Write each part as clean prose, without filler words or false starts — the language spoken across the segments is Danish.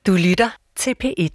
Du lytter til P1.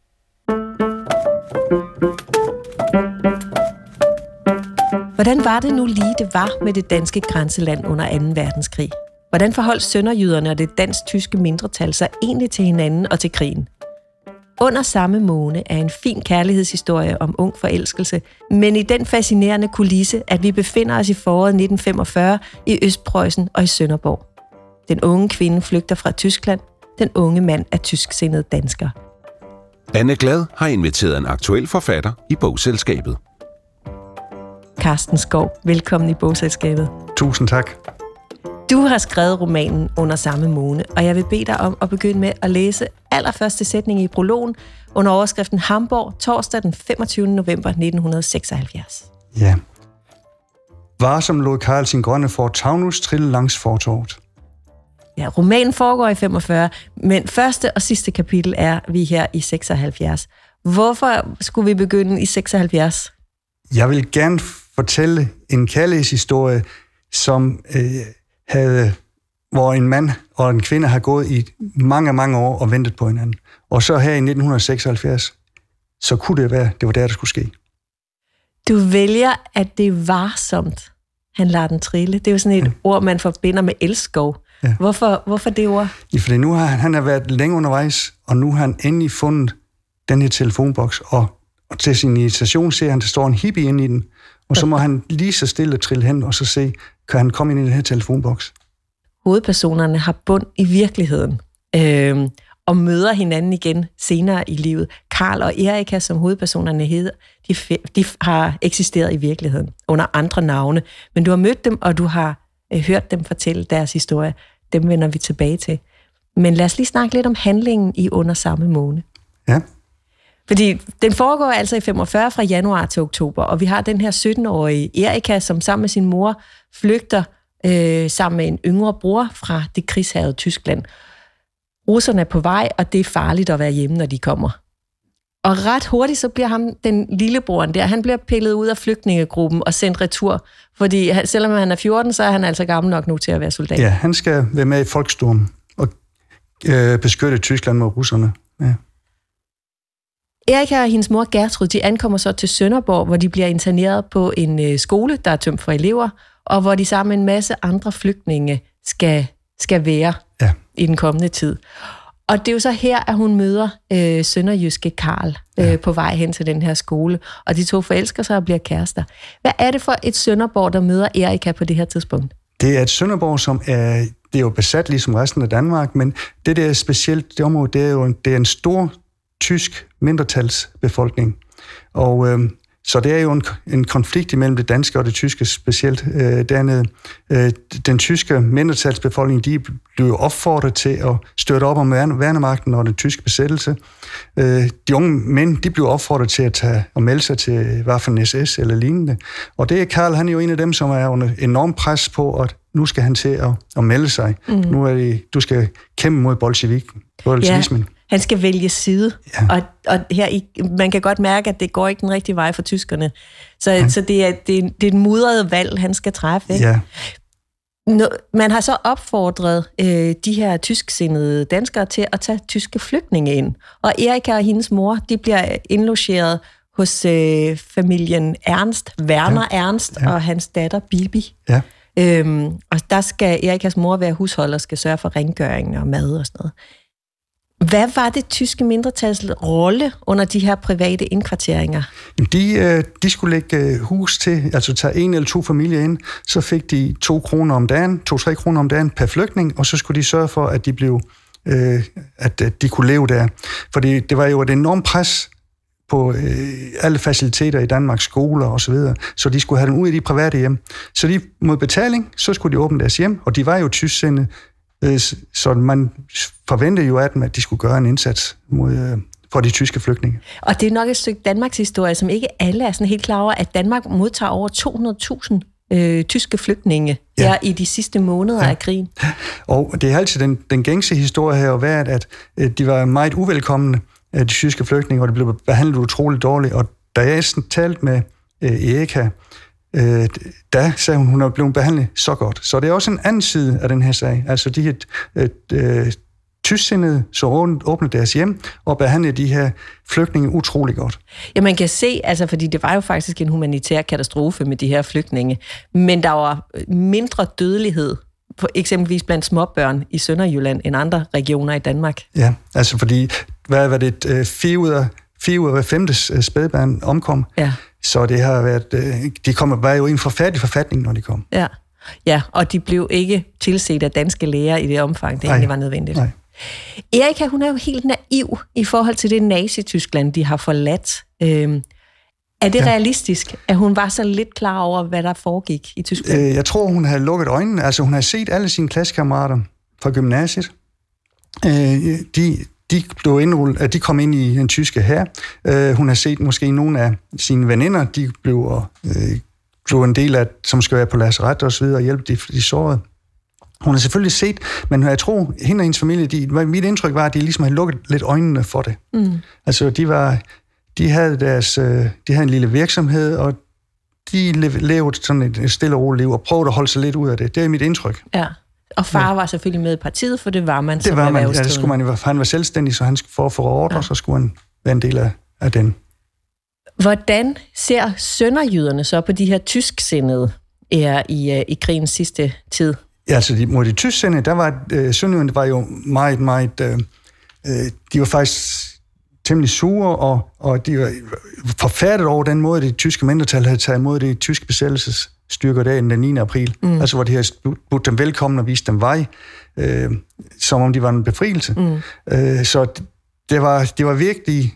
Hvordan var det nu lige, det var med det danske grænseland under 2. verdenskrig? Hvordan forholdt sønderjyderne og det dansk-tyske mindretal sig egentlig til hinanden og til krigen? Under samme måne er en fin kærlighedshistorie om ung forelskelse, men i den fascinerende kulisse, at vi befinder os i foråret 1945 i Østpreussen og i Sønderborg. Den unge kvinde flygter fra Tyskland. Den unge mand er tysksindet dansker. Anne Glad har inviteret en aktuel forfatter i bogselskabet. Carsten Skov, velkommen i bogselskabet. Tusind tak. Du har skrevet romanen Under samme måne, og jeg vil bede dig om at begynde med at læse allerførste sætning i prologen under overskriften Hamborg, torsdag den 25. november 1976. Ja. Varsom lod Karl sin grønne Ford Taunus trille langs fortovet. Ja, romanen foregår i 45, men første og sidste kapitel er vi her i 76. Hvorfor skulle vi begynde i 76? Jeg vil gerne fortælle en kærlighedshistorie, som hvor en mand og en kvinde har gået i mange, mange år og ventet på hinanden. Og så her i 1976, så kunne det være, det var der skulle ske. Du vælger, at det er varsomt, han lader den trille. Det er jo sådan et ord, man forbinder med elskov. Ja. Hvorfor det ord? Ja, fordi nu har han været længe undervejs, og nu har han endelig fundet den her telefonboks, og til sin irritation ser han, der står en hippie inde i den, og så må han lige så stille trille hen, og så se, kan han komme ind i den her telefonboks. Hovedpersonerne har bund i virkeligheden, og møder hinanden igen senere i livet. Karl og Erika, som hovedpersonerne hedder, de har eksisteret i virkeligheden under andre navne, men du har mødt dem, og du har hørt dem fortælle deres historie. Dem vender vi tilbage til. Men lad os lige snakke lidt om handlingen i Under samme måne. Ja. Fordi den foregår altså i 45 fra januar til oktober, og vi har den her 17-årige Erika, som sammen med sin mor flygter sammen med en yngre bror fra det krigshærgede Tyskland. Russerne er på vej, og det er farligt at være hjemme, når de kommer. Og ret hurtigt så bliver den lillebroren der, han bliver pillet ud af flygtningegruppen og sendt retur, fordi selvom han er 14, så er han altså gammel nok nu til at være soldat. Ja, han skal være med i Volkssturm og beskytte Tyskland mod russerne. Ja. Erika og hendes mor Gertrud, de ankommer så til Sønderborg, hvor de bliver interneret på en skole, der er tømt for elever, og hvor de sammen med en masse andre flygtninge skal være i den kommende tid. Og det er jo så her, at hun møder sønderjyske Karl på vej hen til den her skole, og de to forelsker sig og bliver kærester. Hvad er det for et Sønderborg, der møder Erika på det her tidspunkt? Det er et Sønderborg, som det er jo besat ligesom resten af Danmark, men det der er specielt, det område, det er en stor tysk mindretalsbefolkning. Og så det er jo en konflikt imellem det danske og det tyske specielt dernede. Den tyske mindretalsbefolkning, de blev opfordret til at støtte op om værnemagten og den tyske besættelse. De unge mænd, de blev opfordret til at tage og melde sig til Waffen-SS eller lignende. Og det er Karl, han er jo en af dem, som er under enorm pres på, at nu skal han til at melde sig. Nu er det, du skal kæmpe mod bolsjevismen. Ja. Han skal vælge side, og her man kan godt mærke, at det går ikke den rigtige vej for tyskerne. Så det er et mudret valg, han skal træffe. Ikke? Ja. Man har så opfordret de her tysksindede danskere til at tage tyske flygtninge ind. Og Erika og hendes mor, de bliver indlogeret hos familien Ernst, Werner Ernst og hans datter Bibi. Ja. Og der skal Erikas mor være husholder og skal sørge for rengøring og mad og sådan noget. Hvad var det tyske mindretals rolle under de her private indkvarteringer? De skulle lægge hus til, altså tage 1 eller 2 familier ind, så fik de 2-3 kroner om dagen per flygtning, og så skulle de sørge for, at at de kunne leve der. Fordi det var jo et enormt pres på alle faciliteter i Danmark, skoler og så videre, så de skulle have dem ud i de private hjem. Så de mod betaling, så skulle de åbne deres hjem, og de var jo tysksindede, så man forventede jo af dem, at de skulle gøre en indsats for de tyske flygtninge. Og det er nok et stykke Danmarks historie, som ikke alle er sådan helt klar over, at Danmark modtager over 200.000 tyske flygtninge her i de sidste måneder af krigen. Og det er altid den gængse historie her, været, at de var meget uvelkomne, de tyske flygtninge, og det blev behandlet utroligt dårligt. Og da jeg talte med Erika, da sagde hun er blevet behandlet så godt. Så det er også en anden side af den her sag. Altså de her tysksindede, så åbnede deres hjem og behandlede de her flygtninge utrolig godt. Ja, man kan se, altså, fordi det var jo faktisk en humanitær katastrofe med de her flygtninge, men der var mindre dødelighed, eksempelvis blandt småbørn i Sønderjylland, end andre regioner i Danmark. Ja, altså fordi, hvad var det, 4 ud af hver 5. spædbarn omkom. Ja. Så det har været, var jo i en forfærdelig forfatning, når de kom. Ja. Ja, og de blev ikke tilset af danske læger i det omfang, det egentlig var nødvendigt. Nej. Erika, hun er jo helt naiv i forhold til det Nazi-Tyskland, de har forladt. Er det realistisk, at hun var så lidt klar over, hvad der foregik i Tyskland? Jeg tror, hun havde lukket øjnene. Altså, hun havde set alle sine klassekammerater fra gymnasiet. De blev indrullet, de kom ind i den tyske hær. Hun har set måske nogle af sine veninder, de blev en del af, som skal være på lazaret og så videre, og hjælpe de sårede. Hun har selvfølgelig set, men jeg tror, hende og hendes familie, mit indtryk var, at de ligesom havde lukket lidt øjnene for det. Mm. Altså, de havde en lille virksomhed, og de levede sådan et stille og roligt liv, og prøvede at holde sig lidt ud af det. Det er mit indtryk. Ja, og far var selvfølgelig med i partiet, for det var man som erhvervsdrivende. Det var man, ja, skulle man, han var selvstændig, så han for at få ordre, så skulle han være en del af den. Hvordan ser sønderjyderne så på de her tysksindede i krigens sidste tid? Ja, altså mod de tysksindede, der var sønderjyderne var jo meget, de var faktisk temmelig sure, og de var forfærdet over den måde, det tyske mindretal havde taget imod de tyske besættelsesstyrker dagen den 9. april. Altså hvor de havde budt dem velkommen og vist dem vej, som om de var en befrielse. Så de var virkelig,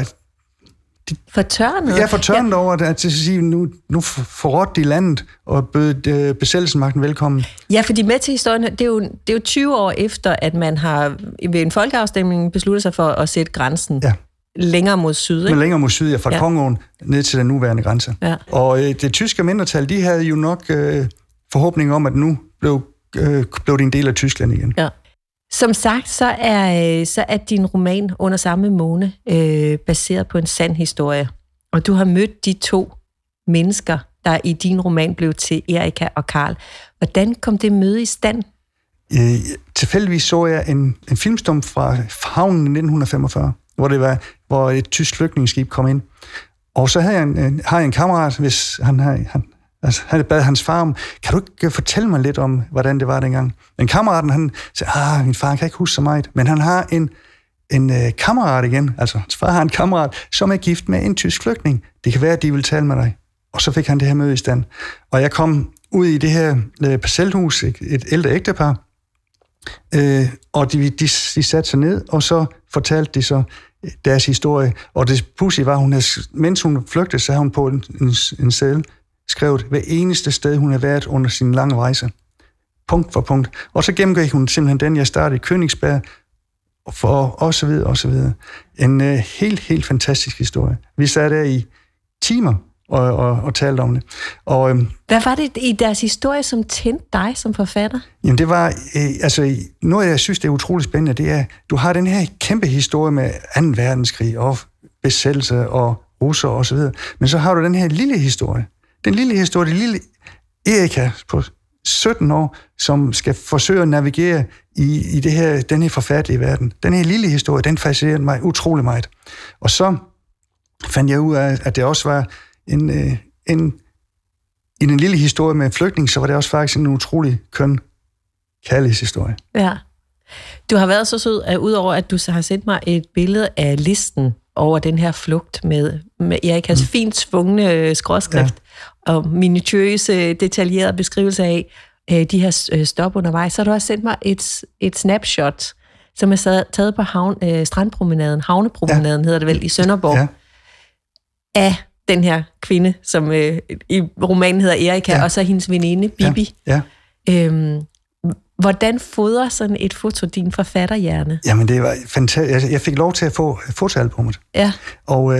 fortørnet? Ja, fortørnet over det, at sige, nu forrådte de landet og bød besættelsesmagten velkommen. Ja, fordi med til historien, det er jo 20 år efter, at man har ved en folkeafstemning besluttet sig for at sætte grænsen længere mod syd. Ikke? Men længere mod syd, fra Kongoen ned til den nuværende grænse. Ja. Og det tyske mindretal, de havde jo nok forhåbning om, at nu blev det en del af Tyskland igen. Ja. Som sagt, så er din roman Under samme måne baseret på en sand historie. Og du har mødt de 2 mennesker, der i din roman blev til Erika og Karl. Hvordan kom det møde i stand? Tilfældigvis så jeg en filmstum fra havnen i 1945, hvor et tysk flygtningeskib kom ind. Og så har jeg en kammerat, hvis han havde bad hans far om, kan du ikke fortælle mig lidt om, hvordan det var dengang? Men kammeraten, han siger, min far kan ikke huske så meget, men han har en kammerat igen, altså hans far har en kammerat, som er gift med en tysk flygtning. Det kan være, at de vil tale med dig. Og så fik han det her møde i stand. Og jeg kom ud i det her parcelhus, et ældre ægtepar, og de satte sig ned, og så fortalte de så deres historie. Og det pudsige var, mens hun flygtede, så havde hun på en seddel skrevet hver eneste sted, hun havde været under sin lange rejse. Punkt for punkt. Og så gennemgik hun simpelthen den, jeg startede i Königsberg, og så videre, og så videre. En helt fantastisk historie. Vi sad der i timer og talte om det. Og, hvad var det i deres historie, som tændte dig som forfatter? Jamen det var, noget jeg synes, det er utroligt spændende, det er, du har den her kæmpe historie med 2. verdenskrig og besættelse og russer og så videre, men så har du den her lille historie. Den lille historie, den lille Erika på 17 år, som skal forsøge at navigere i den her forfærdelige verden. Den her lille historie, den fascinerede mig utrolig meget. Og så fandt jeg ud af, at det også var i den lille historie med flygtning, så var det også faktisk en utrolig køn kærlighedshistorie. Ja. Du har været så sød, at udover at du så har sendt mig et billede af listen over den her flugt med Erikas fint svungne skråskrift og minutiøse, detaljerede beskrivelse af de her stop undervejs, så har du også sendt mig et snapshot, som er taget på strandpromenaden, havnepromenaden hedder det vel, i Sønderborg, af den her kvinde, som i romanen hedder Erika, og så hendes veninde, Bibi. Ja. Hvordan fodrer sådan et foto din forfatterhjerne? Jamen, det var fantastisk. Jeg fik lov til at få fotoalbummet. Ja. Og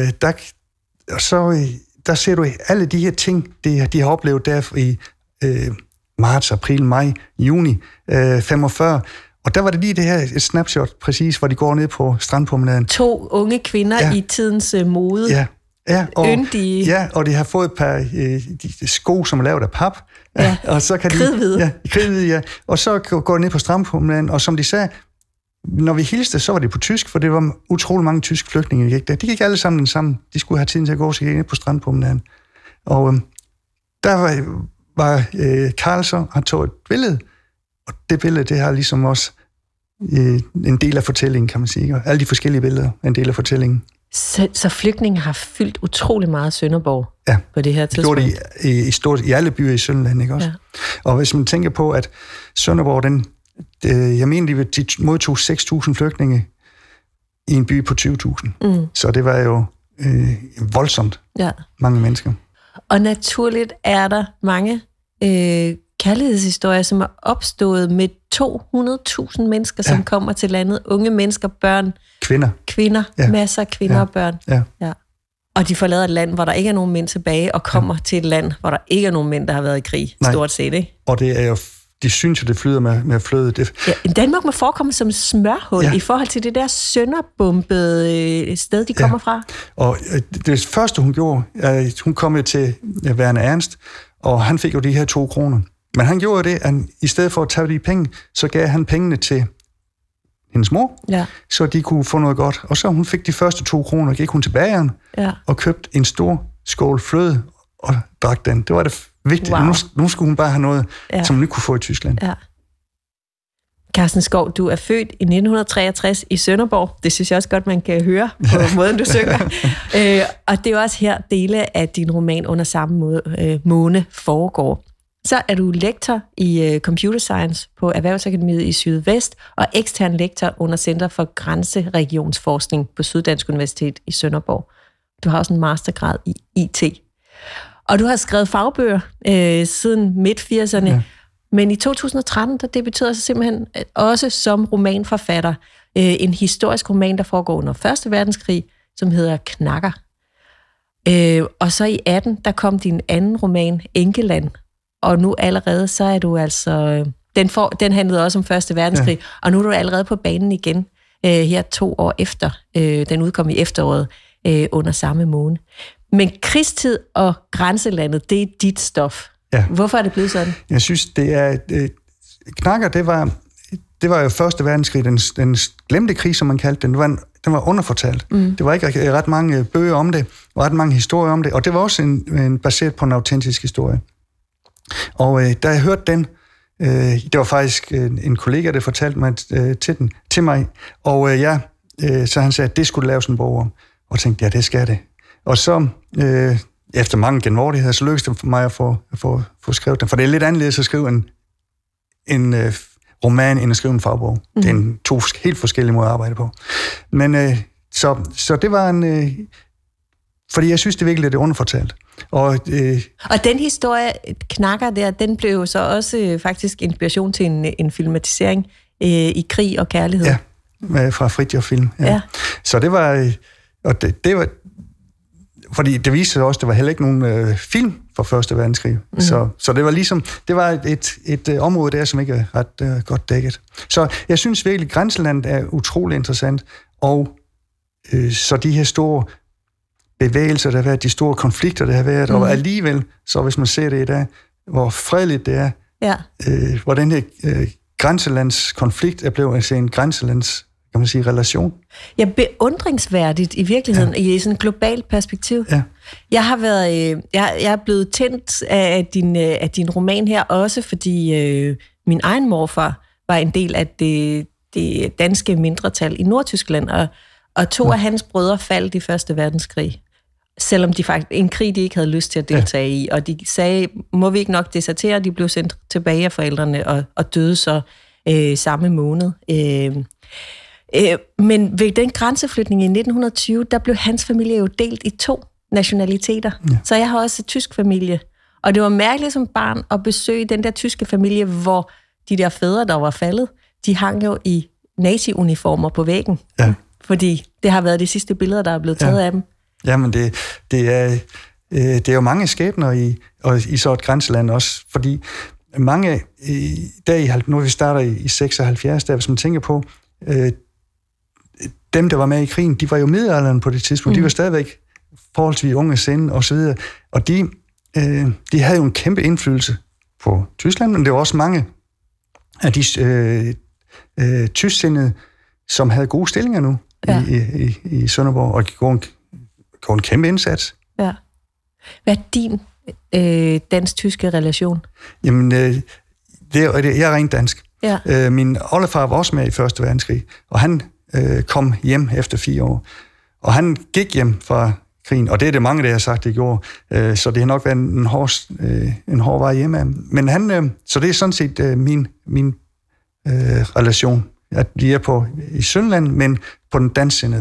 der ser du alle de her ting, de har oplevet der i marts, april, maj, juni 45. Og der var det lige det her et snapshot, præcis, hvor de går ned på strandpromenaden. 2 unge kvinder i tidens mode. Ja. Ja, yndige. Ja, og de har fået et par sko, som er lavet af pap. Ja, og så kan kridhvide. Kridhvide, ja. Og så går de ned på strandpromenaden, og som de sagde, når vi hilste, så var det på tysk, for det var utrolig mange tyske flygtninge, der gik der. De gik alle sammen den samme. De skulle have tiden til at gå, så gik ind på strandpromenaden. Og der var Karl så, han tog et billede, og det billede, det har ligesom også en del af fortællingen, kan man sige. Og alle de forskellige billeder er en del af fortællingen. Så flygtninge har fyldt utrolig meget Sønderborg på det her tidspunkt? Det gjorde de i alle byer i Sønderland, ikke også? Ja. Og hvis man tænker på, at Sønderborg, jeg mener, de modtog 6.000 flygtninge i en by på 20.000. Så det var jo voldsomt mange mennesker. Og naturligt er der mange kærlighedshistorier, som er opstået med 200.000 mennesker, som kommer til landet. Unge mennesker, børn. Kvinder. Masser af kvinder og børn. Ja. Og de forlader et land, hvor der ikke er nogen mænd tilbage, og kommer til et land, hvor der ikke er nogen mænd, der har været i krig. Stort set, ikke? Og det er jo, de synes jo, det flyder med fløde. Danmark må forekomme som smørhul i forhold til det der sønderbombede sted, de kommer fra. Og det første, hun gjorde, hun kom til Werner Ernst, og han fik jo de her 2 kroner. Men han gjorde det, at i stedet for at tage de penge, så gav han pengene til hendes mor, så de kunne få noget godt. Og så hun fik de første 2 kroner, gik hun til bageren og købte en stor skål fløde og drak den. Det var det vigtige. Wow. Nu skulle hun bare have noget, som hun ikke kunne få i Tyskland. Ja. Carsten Schou, du er født i 1963 i Sønderborg. Det synes jeg også godt, man kan høre på måden, du synger. Og det er også her dele af din roman Under samme måne foregår. Så er du lektor i Computer Science på Erhvervsakademiet i Sydvest og ekstern lektor under Center for Grænseregionsforskning på Syddansk Universitet i Sønderborg. Du har også en mastergrad i IT. Og du har skrevet fagbøger siden midt-80'erne. Ja. Men i 2013, der debuterede sig simpelthen også som romanforfatter. En historisk roman, der foregår under 1. verdenskrig, som hedder Knacker. Og så i 18, der kom din anden roman, Enkeland. Og nu allerede, så er du altså... Den handlede også om 1. verdenskrig, og nu er du allerede på banen igen, her 2 år efter. Den udkom i efteråret under samme måned. Men krigstid og grænselandet, det er dit stof. Ja. Hvorfor er det blevet sådan? Jeg synes, det er... Knacker, det var jo 1. verdenskrig, den glemte krig, som man kaldte den. Den var underfortalt. Det var ikke ret mange bøger om det, og ret mange historier om det, og det var også en baseret på en autentisk historie. Og da jeg hørte den, det var faktisk en kollega, der fortalte mig til mig, og så han sagde, at det skulle laves en bog om, og tænkte, ja, det skal det. Og så, efter mange genvordigheder, så lykkedes det for mig at få skrevet den, for det er lidt anderledes at skrive en roman, end at skrive en fagbog. Det er 2 helt forskellige måder at arbejde på. Men så det var fordi jeg synes, det virkelig er det underfortalt. Og den historie, Knacker der, den blev jo så også faktisk inspiration til en filmatisering i Krig og Kærlighed. Ja, fra Fridtjof Film. Ja. Så det var... Og det var... Fordi det viste sig også, at der var heller ikke nogen film fra 1. verdenskrig. Så det var ligesom... Det var et område der, som ikke er ret godt dækket. Så jeg synes virkelig, at grænselandet er utrolig interessant. Og så de her store bevægelser, der har været, de store konflikter, der har været, og alligevel, så hvis man ser det i dag, hvor fredeligt det er, hvor den her grænselandskonflikt er blevet altså en grænselands, kan man sige, relation. Ja, beundringsværdigt i virkeligheden, i sådan et globalt perspektiv. Ja. Jeg har været, jeg er blevet tændt af din roman her, også fordi min egen morfar var en del af det danske mindretal i Nordtyskland, og 2 af hans brødre faldt i 1. verdenskrig. Selvom de faktisk en krig, de ikke havde lyst til at deltage i. Og de sagde, må vi ikke nok desertere? De blev sendt tilbage af forældrene og døde så samme måned. Men ved den grænseflytning i 1920, der blev hans familie jo delt i 2 nationaliteter. Ja. Så jeg har også en tysk familie. Og det var mærkeligt som barn at besøge den der tyske familie, hvor de der fædre, der var faldet, de hang jo i nazi-uniformer på væggen. Ja. Fordi det har været de sidste billeder, der er blevet taget af dem. Jamen, det er jo mange skæbner i så et grænseland også, fordi mange, nu vi starter i 76, der hvis man tænker på, dem, der var med i krigen, de var jo middelalderen på det tidspunkt, de var stadigvæk forholdsvis unge sind og så videre, og de havde jo en kæmpe indflydelse på Tyskland, men det var også mange af de tysksindede som havde gode stillinger nu i Sønderborg, og gjorde en kæmpe indsats. Ja. Hvad er din dansk-tyske relation? Jamen, jeg er rent dansk. Ja. Min oldefar var også med i Første Verdenskrig, og han kom hjem efter 4 år. Og han gik hjem fra krigen, og det er det mange, der har sagt, det gjorde. Så det har nok været en hård vej hjemme. Men så det er sådan set min relation, at vi er i Sønderland, men på den dansksindede.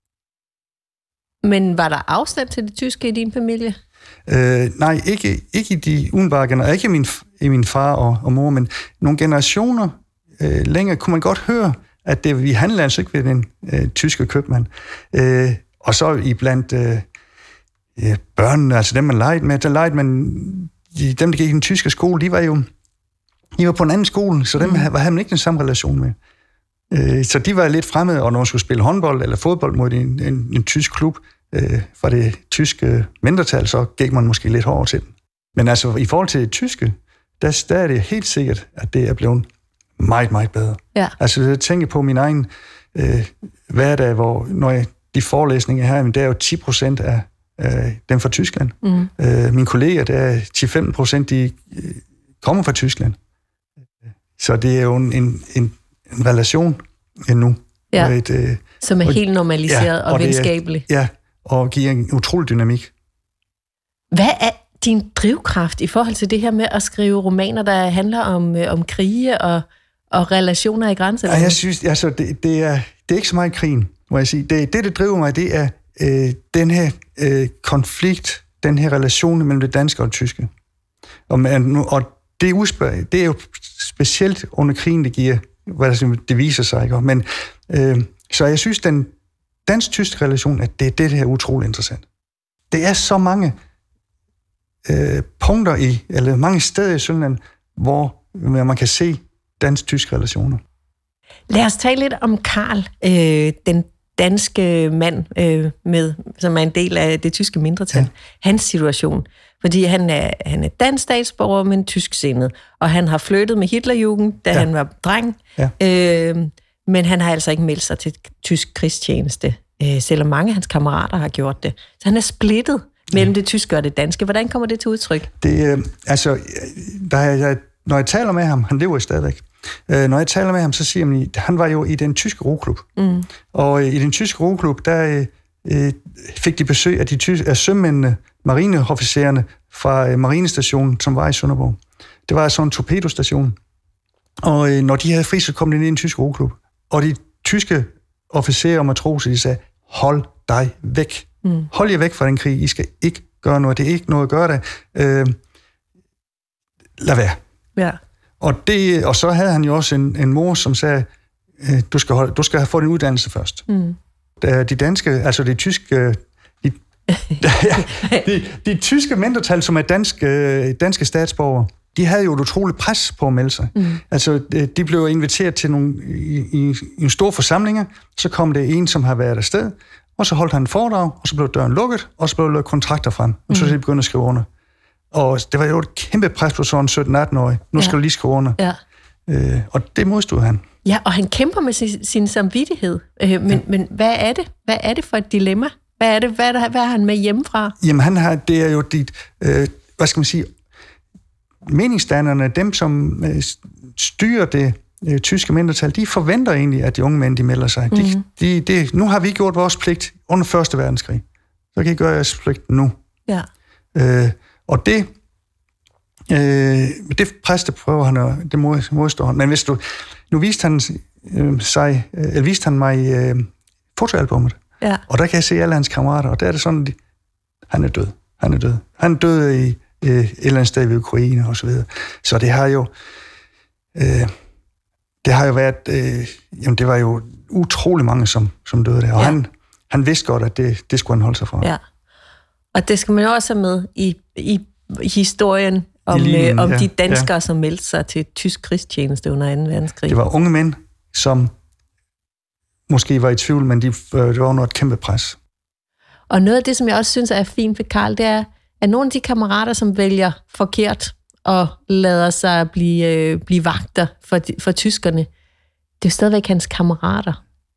Men var der afstand til det tyske i din familie? Nej, ikke i de umiddelbare generationer, ikke i min far og mor, men nogle generationer længere kunne man godt høre, at vi handlede altså ikke ved den tyske købmand. Og så iblandt børnene, altså dem man legede med, der legede man, dem der gik i den tyske skole, de var på en anden skole, så dem havde man ikke den samme relation med. Så de var lidt fremmede, og når man skulle spille håndbold eller fodbold mod en tysk klub fra det tyske mindretal, så gik man måske lidt hårdere til den. Men altså, i forhold til det tyske, der er det helt sikkert, at det er blevet meget, meget bedre. Ja. Altså, jeg tænker på min egen hverdag, hvor når de forelæsninger her, der er jo 10% af dem fra Tyskland. Mine kolleger, der er 10-15%, de kommer fra Tyskland. Så det er jo en relation endnu. Ja, som er helt normaliseret og venskabelig. Ja, og giver en utrolig dynamik. Hvad er din drivkraft i forhold til det her med at skrive romaner, der handler om krige og relationer i grænselandet? Jeg synes, altså, det er ikke så meget krigen, må jeg sige. Det driver mig, det er den her konflikt, den her relation mellem det danske og det tyske. Og det er jo specielt under krigen, det viser sig, ikke? Men, så jeg synes, den dansk-tyske relation, at det her er utroligt interessant. Det er så mange punkter eller mange steder i Sønderland, hvor man kan se dansk-tyske relationer. Lad os tale lidt om Karl, den danske mand, som er en del af det tyske mindretal. Ja. Hans situation. Fordi han er dansk statsborger, men tysksindet. Og han har flyttet med Hitlerjugend, da han var dreng. Ja. Men han har altså ikke meldt sig til tysk krigstjeneste, selvom mange af hans kammerater har gjort det. Så han er splittet mellem det tyske og det danske. Hvordan kommer det til udtryk? Når jeg taler med ham, han lever jo stadigvæk. Når jeg taler med ham, så siger han, at han var jo i den tyske roklub. Og i den tyske roklub, der fik de besøg af sømændene, marineofficererne fra marinestationen, som var i Sønderborg. Det var sådan en torpedostation. Og når de havde fri, så kom de ind i en tysk roklub. Og de tyske officerer og matroser, de sagde, hold dig væk. Hold jer væk fra den krig. I skal ikke gøre noget. Det er ikke noget at gøre det. Lad være. Ja. Og så havde han jo også en mor, som sagde, du skal få din uddannelse først. De danske, altså de tyske, de tyske mindretal, som er danske statsborgere, de havde jo et utroligt pres på at melde sig. Altså, de blev inviteret til i en stor forsamlinger, så kom det en, som har været afsted, og så holdt han en foredrag, og så blev døren lukket, og så blev der kontrakter frem, og så begyndte at skrive under. Og det var jo et kæmpe pres på sådan en 17-18-årig. Nu skal du lige skrive under. Ja. Og det modstod han. Ja, og han kæmper med sin samvittighed. Men hvad er det? Hvad er det for et dilemma? Hvad er han med hjemmefra? Jamen, det er jo dit, hvad skal man sige, meningsdannerne, dem som styrer det tyske mindretal, de forventer egentlig, at de unge mænd, de melder sig. Nu har vi gjort vores pligt under Første Verdenskrig. Så kan I gøre jeres pligt nu. Ja. Og det pres, det prøver han at det modstår han. Men hvis nu viste han mig fotoalbummet. Ja. Og der kan jeg se alle hans kammerater, og der er det sådan, han er død. Han er død i et eller andet sted ved Ukraine og så videre. Så det har jo været, det var jo utrolig mange, som døde der. Og han vidste godt, at det skulle han holde sig fra. Ja. Og det skal man jo også have med i historien om de danskere, som meldte sig til tysk krigstjeneste under 2. verdenskrig. Det var unge mænd, som måske var i tvivl, men det var under et kæmpe pres. Og noget af det, som jeg også synes er fint ved Karl, det er, at nogle af de kammerater, som vælger forkert og lader sig blive vagter for tyskerne, det er stadigvæk hans kammerater.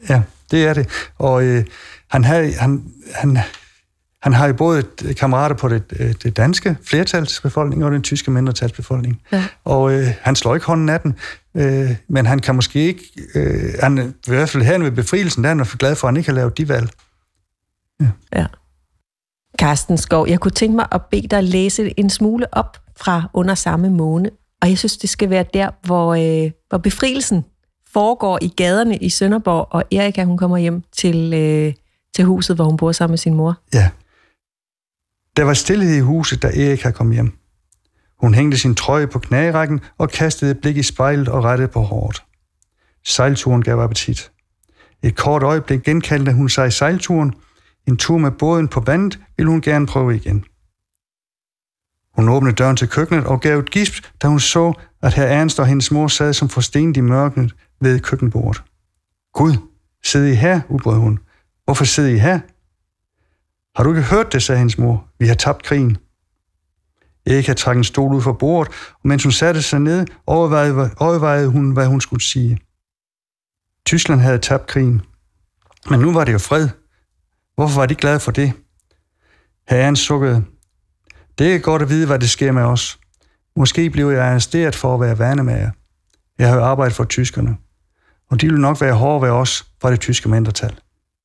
Ja, det er det. Og han har jo både kammerater på det danske flertalsbefolkning og den tyske mindretalsbefolkning. Ja. Og han slår ikke hånden af den, men han kan måske ikke... han i hvert fald her ved befrielsen, der er han for glad for, at han ikke har lavet de valg. Ja. Carsten Skov, jeg kunne tænke mig at bede dig læse en smule op fra Under samme måne, og jeg synes, det skal være der, hvor befrielsen foregår i gaderne i Sønderborg, og Erika, hun kommer hjem til huset, hvor hun bor sammen med sin mor. Ja. Der var stillhed i huset, da Erika kom hjem. Hun hængte sin trøje på knærækken og kastede et blik i spejlet og rettede på håret. Sejlturen gav appetit. Et kort øjeblik genkaldte hun sig i sejlturen. En tur med båden på vandet ville hun gerne prøve igen. Hun åbnede døren til køkkenet og gav et gisp, da hun så, at herr Ernst og hendes mor sad som forstenet i mørket ved køkkenbordet. Gud, sidder I her, udbrød hun. Hvorfor sidder I her? Har du ikke hørt det, sagde hendes mor. Vi har tabt krigen. Erika trak en stol ud fra bordet, og mens hun satte sig ned, overvejede hun, hvad hun skulle sige. Tyskland havde tabt krigen. Men nu var det jo fred. Hvorfor var de glade for det? Herren sukkede. Det er godt at vide, hvad det sker med os. Måske blev jeg arresteret for at være vanemager. Jeg har jo arbejdet for tyskerne. Og de vil nok være hårde ved os fra det tyske mindretal.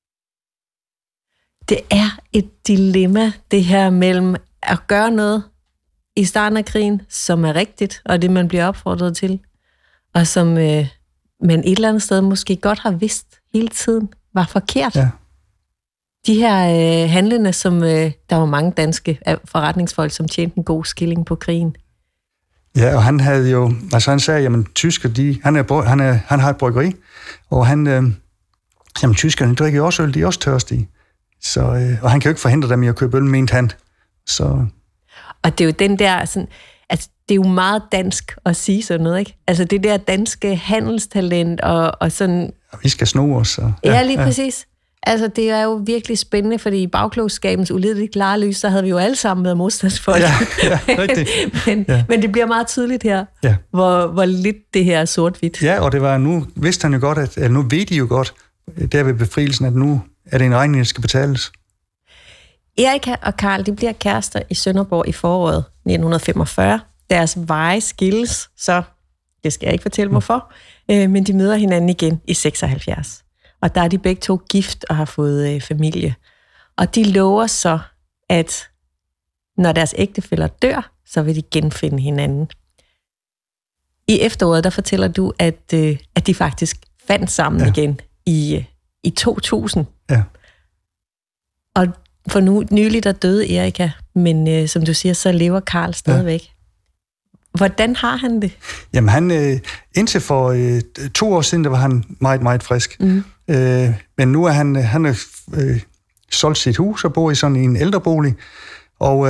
Det er et dilemma, det her mellem at gøre noget i starten af krigen, som er rigtigt, og det man bliver opfordret til, og som man et eller andet sted måske godt har vidst hele tiden, var forkert. Ja. De her handlende, som der var mange danske forretningsfolk, som tjente en god skilling på krigen. Ja, og han havde jo, altså han sagde, jamen tysker, han har et bryggeri, og jamen tyskerne drikker jo også øl, de er også tørstige. Så, og han kan jo ikke forhindre dem i at købe øl, mente han. Så. Og det er jo den der, sådan, altså det er jo meget dansk at sige sådan noget, ikke? Altså det der danske handelstalent og sådan... Og vi skal sno os. Og, ja, lige præcis. Altså det er jo virkelig spændende, fordi i bagklogskabens ulideligt klare lys, så havde vi jo alle sammen været modstandsfolk. Ja, rigtigt. men det bliver meget tydeligt her, hvor lidt det her er sort-hvidt. Ja, og det var nu, vidste han jo godt, nu ved de jo godt, der ved befrielsen, at nu er det en regning, der skal betales. Erika og Karl, de bliver kærester i Sønderborg i foråret 1945. Deres veje skilles, så det skal jeg ikke fortælle hvorfor, men de møder hinanden igen i 76. Og der er de begge to gift og har fået familie. Og de lover så, at når deres ægtefæller dør, så vil de genfinde hinanden. I efteråret, der fortæller du, at de faktisk fandt sammen igen i 2000. Ja. Og for nylig der døde Erika, men som du siger, så lever Karl stadigvæk. Ja. Hvordan har han det? Jamen han, indtil for 2 år siden, der var han meget, meget frisk. Mm. Men nu er han solgt sit hus og bor i sådan en ældrebolig. Og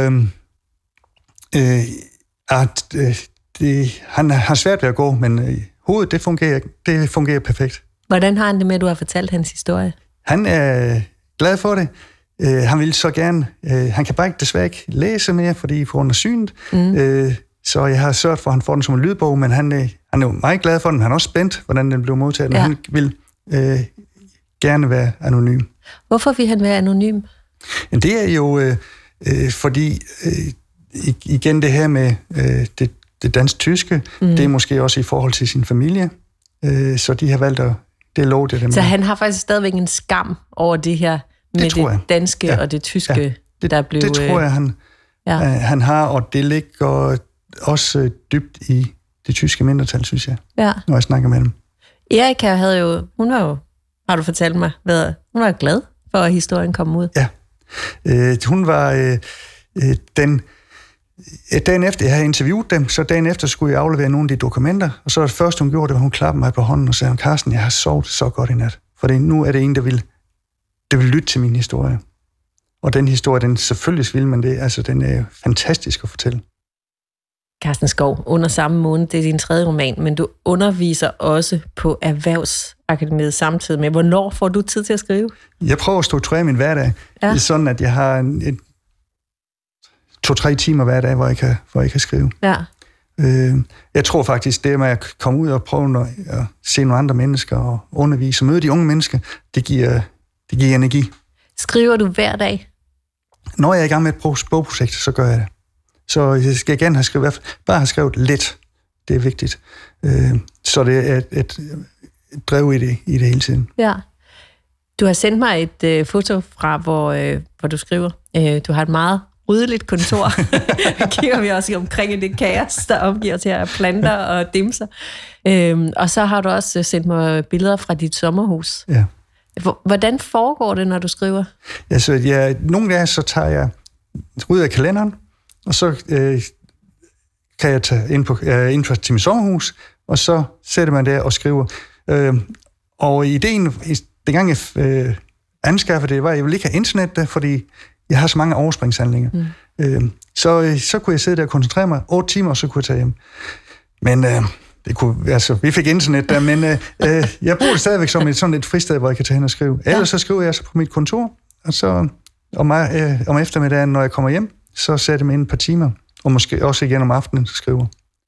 han har svært ved at gå, men hovedet, det fungerer perfekt. Hvordan har han det med, at du har fortalt hans historie? Han er glad for det. Han vil så gerne... han kan bare desværre ikke læse mere, fordi på grund af synet. Mm. Så jeg har sørget for, at han får den som en lydbog, men han er jo meget glad for den. Han er også spændt, hvordan den blev modtaget, men han vil gerne være anonym. Hvorfor vil han være anonym? Det er jo fordi, igen det her med det dansk-tyske, det er måske også i forhold til sin familie, så de har valgt at... Det er lov, det dem. Så han har faktisk stadigvæk en skam over det her med det danske og det tyske, der blev... Det tror jeg, han har, og det ligger også dybt i det tyske mindretal, synes jeg, når jeg snakker med dem. Erika hun var jo, har du fortalt mig, hun var glad for, at historien kom ud. Ja. Hun var dagen efter, jeg havde interviewet dem, så dagen efter skulle jeg aflevere nogle af de dokumenter, og så det første, hun gjorde, det var, hun klappede mig på hånden og sagde, Carsten, jeg har sovet så godt i nat, for nu er det en, der vil lytte til min historie. Og den historie, den selvfølgelig vil, men den er fantastisk at fortælle. Carsten Skov, Under samme måned, det er din 3. roman, men du underviser også på Erhvervsakademiet samtidig med. Hvornår får du tid til at skrive? Jeg prøver at strukturere min hverdag. Ja. Det er sådan, at jeg har 2-3 timer hver dag, hvor jeg kan skrive. Ja. Jeg tror faktisk, det med at komme ud og prøve at se nogle andre mennesker og undervise og møde de unge mennesker, det giver energi. Skriver du hver dag? Når jeg er i gang med et bogprojekt, så gør jeg det. Så jeg skal gerne have skrevet lidt. Det er vigtigt. Så det er et drev i det hele tiden. Ja. Du har sendt mig et foto fra, hvor du skriver. Du har et meget ryddeligt kontor. Kigger vi også omkring i det kaos, der omgiver til her planter og dimser. Og så har du også sendt mig billeder fra dit sommerhus. Ja. Hvordan foregår det, når du skriver? Altså, nogle dage så tager jeg ud af kalenderen, og så kan jeg tage ind til mit sommerhus, og så sætter man der og skriver. Og ideen, dengang jeg anskaffede det, var, at jeg ville ikke have internet der, fordi jeg har så mange overspringshandlinger. Så kunne jeg sidde der og koncentrere mig 8 timer, og så kunne jeg tage hjem. Men vi fik internet der, men jeg bruger det stadigvæk som sådan et fristed, hvor jeg kan tage hen og skrive. Ellers så skriver jeg så på mit kontor, og så om eftermiddagen, når jeg kommer hjem, så sætter jeg mig ind et par timer, og måske også igen om aftenen skriver.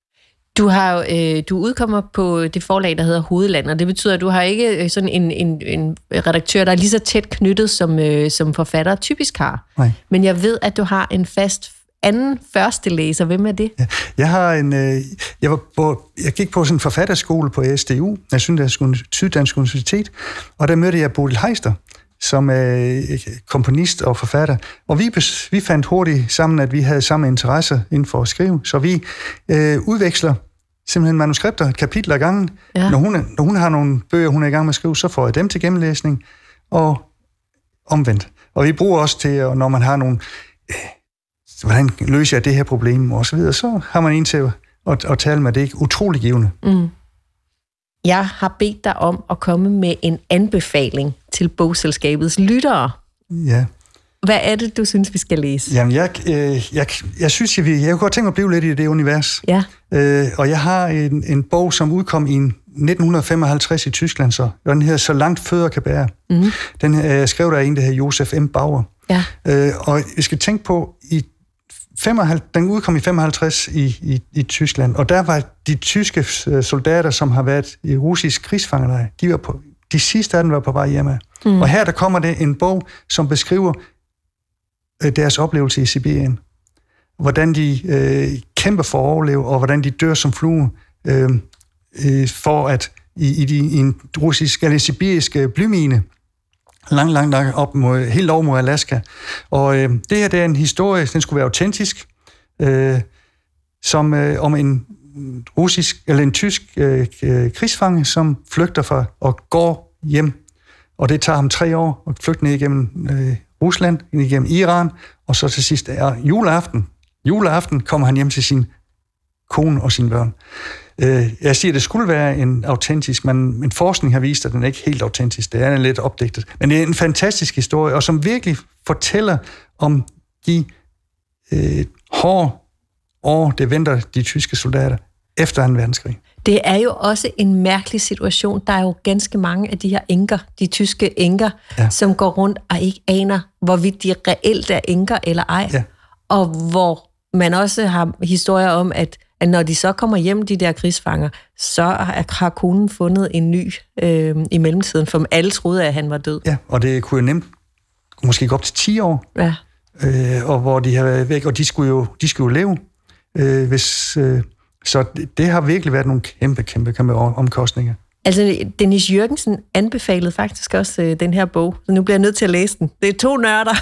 Du udkommer på det forlag, der hedder Hovedland, og det betyder, at du har ikke sådan en redaktør, der er lige så tæt knyttet, som forfattere typisk har. Nej. Men jeg ved, at du har en fast første læser. Hvem er det? Ja, jeg har jeg gik på sådan en forfatterskole på SDU, Syddansk Universitet, og der mødte jeg Bodil Heister, som er komponist og forfatter. Og vi fandt hurtigt sammen, at vi havde samme interesser inden for at skrive, så vi udveksler simpelthen manuskripter, et kapitel ad gangen. Ja. Når hun har nogle bøger, hun er i gang med at skrive, så får jeg dem til gennemlæsning, og omvendt. Og vi bruger også til, når man har nogle... hvordan løser jeg det her problem, og så videre, så har man en til at tale med. Det er ikke utrolig givende. Mm. Jeg har bedt dig om at komme med en anbefaling til Bogselskabets lyttere. Ja. Hvad er det, du synes, vi skal læse? Jamen, jeg synes, jeg kunne godt tænke mig at blive lidt i det univers. Ja. Og jeg har en bog, som udkom i 1955 i Tyskland, så den hedder Så langt fødder kan bære. Mm. Den skrev der en, der hedder Josef M. Bauer. Ja. Og vi skal tænke på, den udkom i 55 i Tyskland, og der var de tyske soldater, som har været i russisk krigsfangelejr, de sidste af dem var på vej hjemme. Og her der kommer det en bog, som beskriver deres oplevelse i Sibirien. Hvordan de kæmper for at overleve, og hvordan de dør som flue, for at i en russisk eller sibirisk blymine, langt op helt over mod Alaska. Og det her, det er en historie, den skulle være autentisk, som om en tysk krigsfange, som flygter fra og går hjem. Og det tager ham 3 år at flygte ned igennem Rusland, ned igennem Iran, og så til sidst er juleaften. Juleaften kommer han hjem til sin kone og sine børn. Jeg siger, at det skulle være en autentisk, men forskning har vist, at den er ikke helt autentisk. Det er lidt opdigtet. Men det er en fantastisk historie, og som virkelig fortæller om de hårde år, det venter de tyske soldater efter 2. verdenskrig. Det er jo også en mærkelig situation. Der er jo ganske mange af de her enker, de tyske enker, som går rundt og ikke aner, hvorvidt de reelt er enker eller ej. Ja. Og hvor man også har historier om, at når de så kommer hjem, de der krigsfanger, så har konen fundet en ny i mellemtiden, for alle troede, at han var død. Ja, og det kunne jo nemt måske gå op til 10 år, og hvor de har været væk, og de skulle jo leve. Så det har virkelig været nogle kæmpe omkostninger. Altså, Dennis Jürgensen anbefalede faktisk også den her bog, så nu bliver jeg nødt til at læse den. Det er 2 nørder.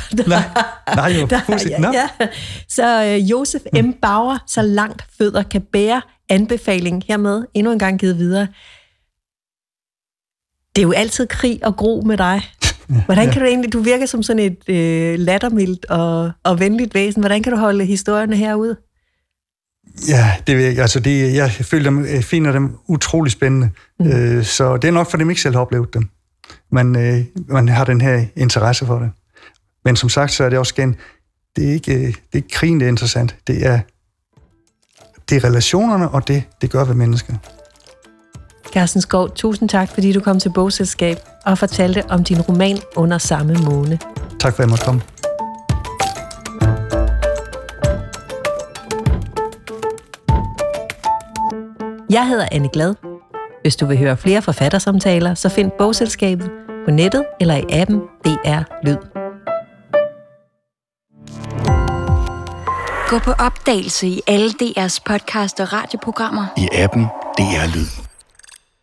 Så Josef M. Bauer, Så langt fødder kan bære, anbefaling hermed endnu en gang givet videre. Det er jo altid krig og gro med dig. Hvordan kan du egentlig, du virker som sådan et lattermildt og venligt væsen, hvordan kan du holde historierne herude? Ja, det vil jeg. Altså jeg finder dem utrolig spændende. Så det er nok, for dem ikke selv har oplevet dem. Man har den her interesse for det. Men som sagt, så er det også igen, det er ikke krigen, det er interessant. Det er relationerne, og det gør ved mennesker. Carsten Skov, tusind tak, fordi du kom til Bogselskab og fortalte om din roman Under samme måne. Tak for, at jeg måtte komme. Jeg hedder Anne Glad. Hvis du vil høre flere forfattersamtaler, så find Bogselskabet på nettet eller i appen DR Lyd. Gå på opdagelse i alle DR's podcast og radioprogrammer. I appen DR Lyd.